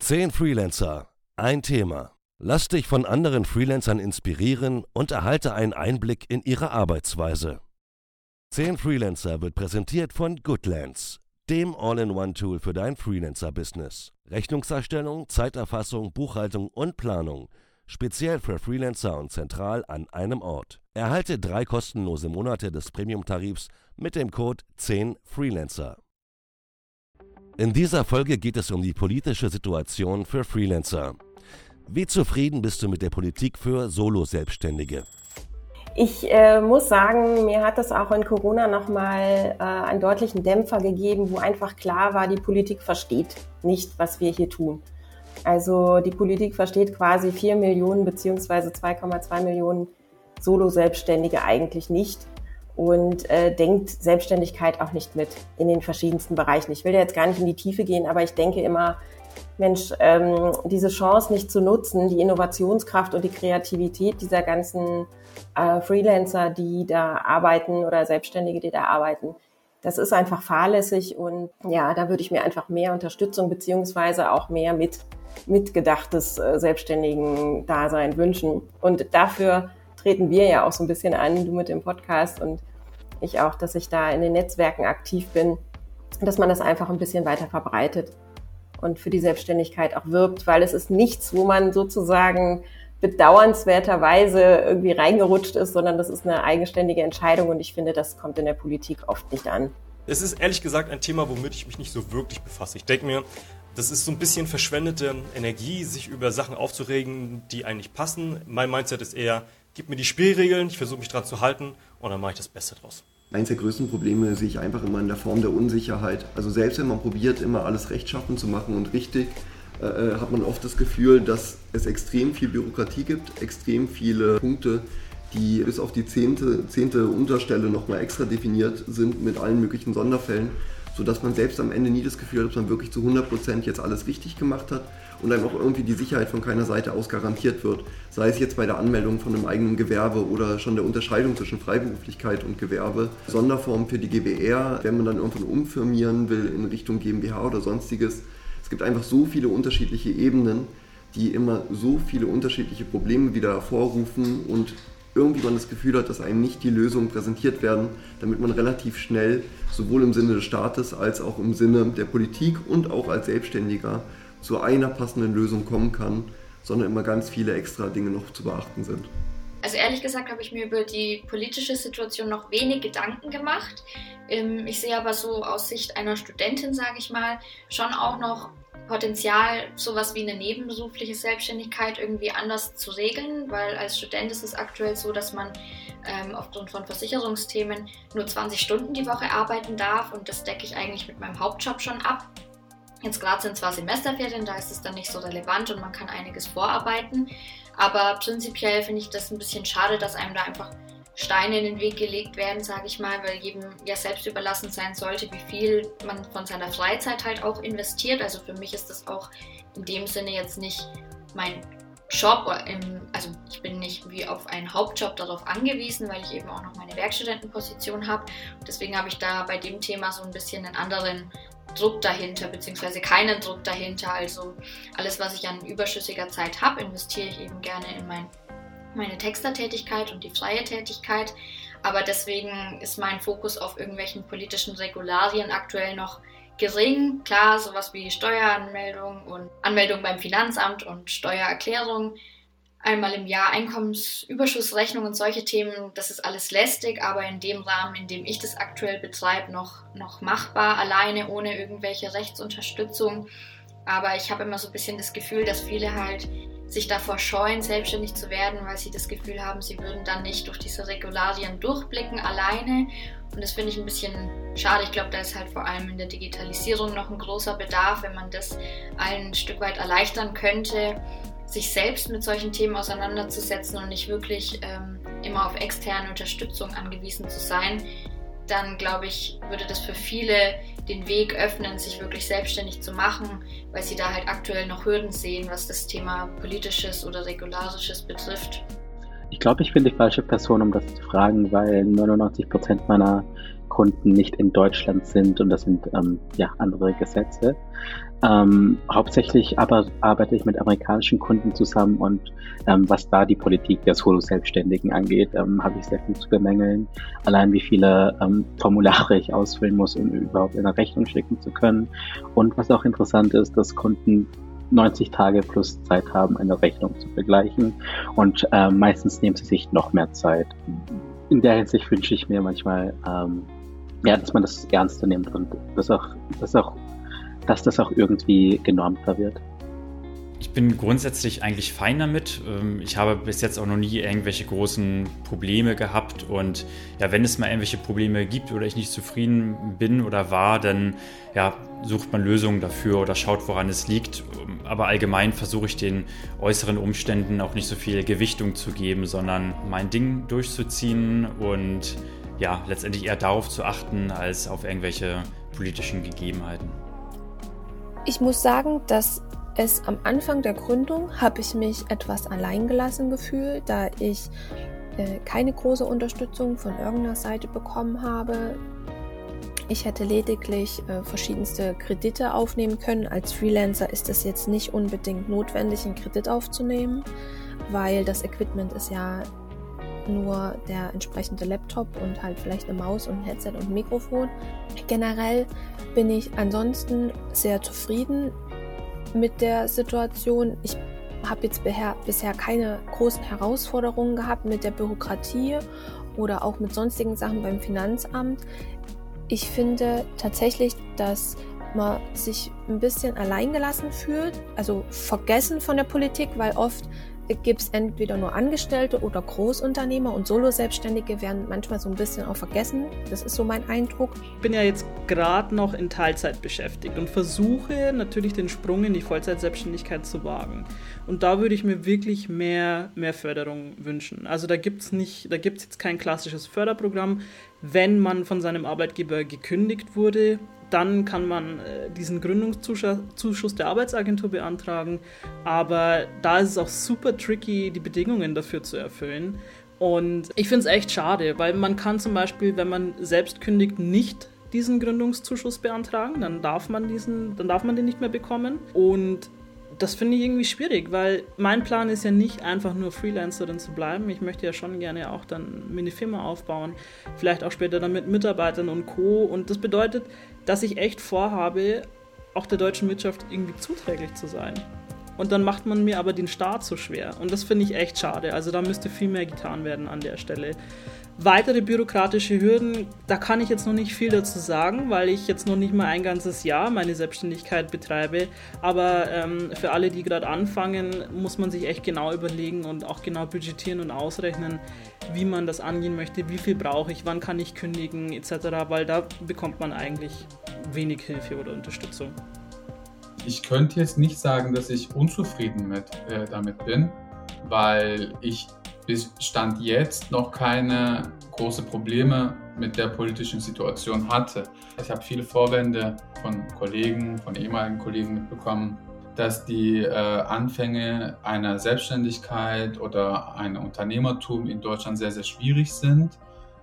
10 Freelancer, ein Thema. Lass dich von anderen Freelancern inspirieren und erhalte einen Einblick in ihre Arbeitsweise. 10 Freelancer wird präsentiert von Goodlands, dem All-in-One-Tool für dein Freelancer-Business. Rechnungserstellung, Zeiterfassung, Buchhaltung und Planung. Speziell für Freelancer und zentral an einem Ort. Erhalte 3 kostenlose Monate des Premium-Tarifs mit dem Code 10 Freelancer. In dieser Folge geht es um die politische Situation für Freelancer. Wie zufrieden bist du mit der Politik für Solo-Selbstständige? Ich muss sagen, mir hat das auch in Corona nochmal einen deutlichen Dämpfer gegeben, wo einfach klar war, die Politik versteht nicht, was wir hier tun. Also die Politik versteht quasi 4 Millionen bzw. 2,2 Millionen Solo-Selbstständige eigentlich nicht und denkt Selbstständigkeit auch nicht mit in den verschiedensten Bereichen. Ich will da jetzt gar nicht in die Tiefe gehen, aber ich denke immer, Mensch, diese Chance nicht zu nutzen, die Innovationskraft und die Kreativität dieser ganzen Freelancer, die da arbeiten oder Selbstständige, die da arbeiten, das ist einfach fahrlässig und ja, da würde ich mir einfach mehr Unterstützung beziehungsweise auch mehr mitgedachtes Selbstständigen-Dasein wünschen. Und dafür treten wir ja auch so ein bisschen an, du mit dem Podcast und ich auch, dass ich da in den Netzwerken aktiv bin, dass man das einfach ein bisschen weiter verbreitet und für die Selbstständigkeit auch wirbt, weil es ist nichts, wo man sozusagen bedauernswerterweise irgendwie reingerutscht ist, sondern das ist eine eigenständige Entscheidung und ich finde, das kommt in der Politik oft nicht an. Es ist ehrlich gesagt ein Thema, womit ich mich nicht so wirklich befasse. Ich denke mir, das ist so ein bisschen verschwendete Energie, sich über Sachen aufzuregen, die eigentlich passen. Mein Mindset ist eher, gib mir die Spielregeln, ich versuche mich dran zu halten und dann mache ich das Beste draus. Eins der größten Probleme sehe ich einfach immer in der Form der Unsicherheit. Also selbst wenn man probiert, immer alles rechtschaffen zu machen und richtig, hat man oft das Gefühl, dass es extrem viel Bürokratie gibt, extrem viele Punkte, die bis auf die zehnte Unterstelle nochmal extra definiert sind mit allen möglichen Sonderfällen, sodass man selbst am Ende nie das Gefühl hat, dass man wirklich zu 100% jetzt alles richtig gemacht hat und einem auch irgendwie die Sicherheit von keiner Seite aus garantiert wird. Sei es jetzt bei der Anmeldung von einem eigenen Gewerbe oder schon der Unterscheidung zwischen Freiberuflichkeit und Gewerbe, Sonderformen für die GbR, wenn man dann irgendwann umfirmieren will in Richtung GmbH oder sonstiges. Es gibt einfach so viele unterschiedliche Ebenen, die immer so viele unterschiedliche Probleme wieder hervorrufen und irgendwie man das Gefühl hat, dass einem nicht die Lösungen präsentiert werden, damit man relativ schnell sowohl im Sinne des Staates als auch im Sinne der Politik und auch als Selbstständiger zu einer passenden Lösung kommen kann, sondern immer ganz viele extra Dinge noch zu beachten sind. Also ehrlich gesagt habe ich mir über die politische Situation noch wenig Gedanken gemacht. Ich sehe aber so aus Sicht einer Studentin, sage ich mal, schon auch noch Potenzial, sowas wie eine nebenberufliche Selbstständigkeit irgendwie anders zu regeln, weil als Student ist es aktuell so, dass man aufgrund von Versicherungsthemen nur 20 Stunden die Woche arbeiten darf und das decke ich eigentlich mit meinem Hauptjob schon ab. Jetzt gerade sind zwar Semesterferien, da ist es dann nicht so relevant und man kann einiges vorarbeiten, aber prinzipiell finde ich das ein bisschen schade, dass einem da einfach Steine in den Weg gelegt werden, sage ich mal, weil jedem ja selbst überlassen sein sollte, wie viel man von seiner Freizeit halt auch investiert. Also für mich ist das auch in dem Sinne jetzt nicht mein Job, also ich bin nicht wie auf einen Hauptjob darauf angewiesen, weil ich eben auch noch meine Werkstudentenposition habe. Deswegen habe ich da bei dem Thema so ein bisschen einen anderen Druck dahinter, beziehungsweise keinen Druck dahinter. Also alles, was ich an überschüssiger Zeit habe, investiere ich eben gerne in meine Textertätigkeit und die freie Tätigkeit, aber deswegen ist mein Fokus auf irgendwelchen politischen Regularien aktuell noch gering. Klar, sowas wie Steueranmeldung und Anmeldung beim Finanzamt und Steuererklärung, einmal im Jahr Einkommensüberschussrechnung und solche Themen, das ist alles lästig, aber in dem Rahmen, in dem ich das aktuell betreibe, noch machbar, alleine, ohne irgendwelche Rechtsunterstützung. Aber ich habe immer so ein bisschen das Gefühl, dass viele halt sich davor scheuen, selbstständig zu werden, weil sie das Gefühl haben, sie würden dann nicht durch diese Regularien durchblicken alleine. Und das finde ich ein bisschen schade. Ich glaube, da ist halt vor allem in der Digitalisierung noch ein großer Bedarf, wenn man das allen ein Stück weit erleichtern könnte, sich selbst mit solchen Themen auseinanderzusetzen und nicht wirklich immer auf externe Unterstützung angewiesen zu sein. Dann, glaube ich, würde das für viele den Weg öffnen, sich wirklich selbstständig zu machen, weil sie da halt aktuell noch Hürden sehen, was das Thema Politisches oder Regularisches betrifft. Ich glaube, ich bin die falsche Person, um das zu fragen, weil 99% meiner Kunden nicht in Deutschland sind und das sind andere Gesetze. Hauptsächlich aber arbeite ich mit amerikanischen Kunden zusammen und was da die Politik der Solo-Selbstständigen angeht, habe ich sehr viel zu bemängeln. Allein wie viele Formulare ich ausfüllen muss, um überhaupt eine Rechnung schicken zu können. Und was auch interessant ist, dass Kunden 90 Tage plus Zeit haben, eine Rechnung zu begleichen und meistens nehmen sie sich noch mehr Zeit. In der Hinsicht wünsche ich mir manchmal, dass man das ernster nimmt und dass das auch irgendwie genormter wird. Ich bin grundsätzlich eigentlich fein damit. Ich habe bis jetzt auch noch nie irgendwelche großen Probleme gehabt und ja, wenn es mal irgendwelche Probleme gibt oder ich nicht zufrieden bin oder war, dann sucht man Lösungen dafür oder schaut, woran es liegt. Aber allgemein versuche ich den äußeren Umständen auch nicht so viel Gewichtung zu geben, sondern mein Ding durchzuziehen und letztendlich eher darauf zu achten, als auf irgendwelche politischen Gegebenheiten. Ich muss sagen, dass am Anfang der Gründung habe ich mich etwas alleingelassen gefühlt, da ich keine große Unterstützung von irgendeiner Seite bekommen habe. Ich hätte lediglich verschiedenste Kredite aufnehmen können. Als Freelancer ist es jetzt nicht unbedingt notwendig, einen Kredit aufzunehmen, weil das Equipment ist ja nur der entsprechende Laptop und halt vielleicht eine Maus und ein Headset und ein Mikrofon. Generell bin ich ansonsten sehr zufrieden mit der Situation. Ich habe jetzt bisher keine großen Herausforderungen gehabt mit der Bürokratie oder auch mit sonstigen Sachen beim Finanzamt. Ich finde tatsächlich, dass man sich ein bisschen alleingelassen fühlt, also vergessen von der Politik, weil oft gibt es entweder nur Angestellte oder Großunternehmer und Solo-Selbstständige werden manchmal so ein bisschen auch vergessen. Das ist so mein Eindruck. Ich bin ja jetzt gerade noch in Teilzeit beschäftigt und versuche natürlich den Sprung in die Vollzeit-Selbstständigkeit zu wagen. Und da würde ich mir wirklich mehr Förderung wünschen. Also da gibt's jetzt kein klassisches Förderprogramm. Wenn man von seinem Arbeitgeber gekündigt wurde, dann kann man diesen Gründungszuschuss der Arbeitsagentur beantragen. Aber da ist es auch super tricky, die Bedingungen dafür zu erfüllen. Und ich finde es echt schade, weil man kann zum Beispiel, wenn man selbst kündigt, nicht diesen Gründungszuschuss beantragen. Dann darf man den nicht mehr bekommen. Und das finde ich irgendwie schwierig, weil mein Plan ist ja nicht einfach nur Freelancerin zu bleiben. Ich möchte ja schon gerne auch dann mir eine Firma aufbauen, vielleicht auch später dann mit Mitarbeitern und Co. Und das bedeutet, dass ich echt vorhabe, auch der deutschen Wirtschaft irgendwie zuträglich zu sein. Und dann macht man mir aber den Start so schwer. Und das finde ich echt schade. Also da müsste viel mehr getan werden an der Stelle. Weitere bürokratische Hürden, da kann ich jetzt noch nicht viel dazu sagen, weil ich jetzt noch nicht mal ein ganzes Jahr meine Selbstständigkeit betreibe. Aber für alle, die gerade anfangen, muss man sich echt genau überlegen und auch genau budgetieren und ausrechnen, wie man das angehen möchte, wie viel brauche ich, wann kann ich kündigen etc., weil da bekommt man eigentlich wenig Hilfe oder Unterstützung. Ich könnte jetzt nicht sagen, dass ich unzufrieden damit bin, weil ich bis Stand jetzt noch keine großen Probleme mit der politischen Situation hatte. Ich habe viele Vorwände von ehemaligen Kollegen mitbekommen, dass die Anfänge einer Selbstständigkeit oder ein Unternehmertum in Deutschland sehr, sehr schwierig sind.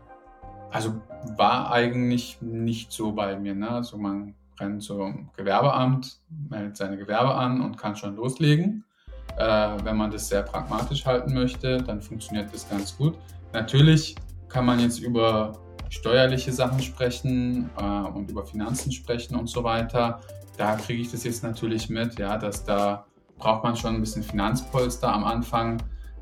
Also war eigentlich nicht so bei mir, ne? Also man rennt zum Gewerbeamt, meldet seine Gewerbe an und kann schon loslegen. Wenn man das sehr pragmatisch halten möchte, dann funktioniert das ganz gut. Natürlich kann man jetzt über steuerliche Sachen sprechen und über Finanzen sprechen und so weiter. Da kriege ich das jetzt natürlich mit, ja, dass da braucht man schon ein bisschen Finanzpolster am Anfang.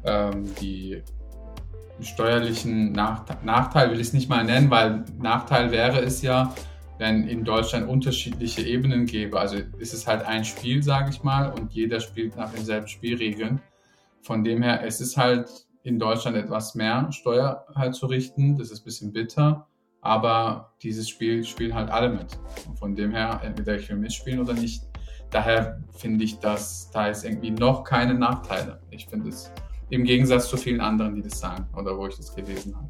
Die steuerlichen Nachteil will ich es nicht mal nennen, weil Nachteil wäre es ja, wenn in Deutschland unterschiedliche Ebenen gäbe. Also ist es halt ein Spiel, sage ich mal, und jeder spielt nach denselben Spielregeln. Von dem her, es ist halt in Deutschland etwas mehr Steuer halt zu richten. Das ist ein bisschen bitter, aber dieses Spiel spielen halt alle mit. Und von dem her, entweder ich will mitspielen oder nicht. Daher finde ich, dass da ist irgendwie noch keine Nachteile. Ich finde es im Gegensatz zu vielen anderen, die das sagen oder wo ich das gelesen habe.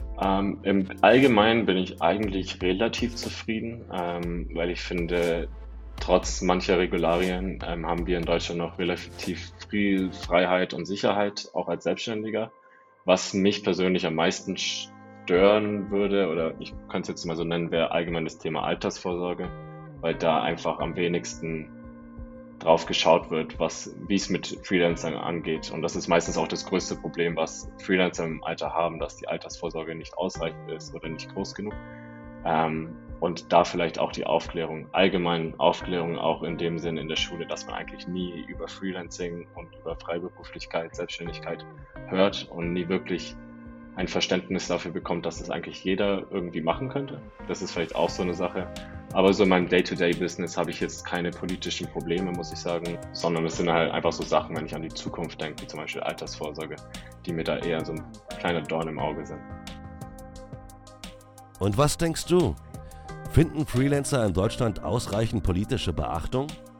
Im Allgemeinen bin ich eigentlich relativ zufrieden, weil ich finde, trotz mancher Regularien haben wir in Deutschland noch relativ viel Freiheit und Sicherheit, auch als Selbstständiger. Was mich persönlich am meisten stören würde, oder ich könnte es jetzt mal so nennen, wäre allgemein das Thema Altersvorsorge, weil da einfach am wenigsten drauf geschaut wird, wie es mit Freelancern angeht. Und das ist meistens auch das größte Problem, was Freelancer im Alter haben, dass die Altersvorsorge nicht ausreichend ist oder nicht groß genug. Und da vielleicht auch die allgemeine Aufklärung auch in dem Sinn in der Schule, dass man eigentlich nie über Freelancing und über Freiberuflichkeit, Selbstständigkeit hört und nie wirklich ein Verständnis dafür bekommt, dass das eigentlich jeder irgendwie machen könnte. Das ist vielleicht auch so eine Sache. Aber so in meinem Day-to-Day-Business habe ich jetzt keine politischen Probleme, muss ich sagen, sondern es sind halt einfach so Sachen, wenn ich an die Zukunft denke, wie zum Beispiel Altersvorsorge, die mir da eher so ein kleiner Dorn im Auge sind. Und was denkst du? Finden Freelancer in Deutschland ausreichend politische Beachtung?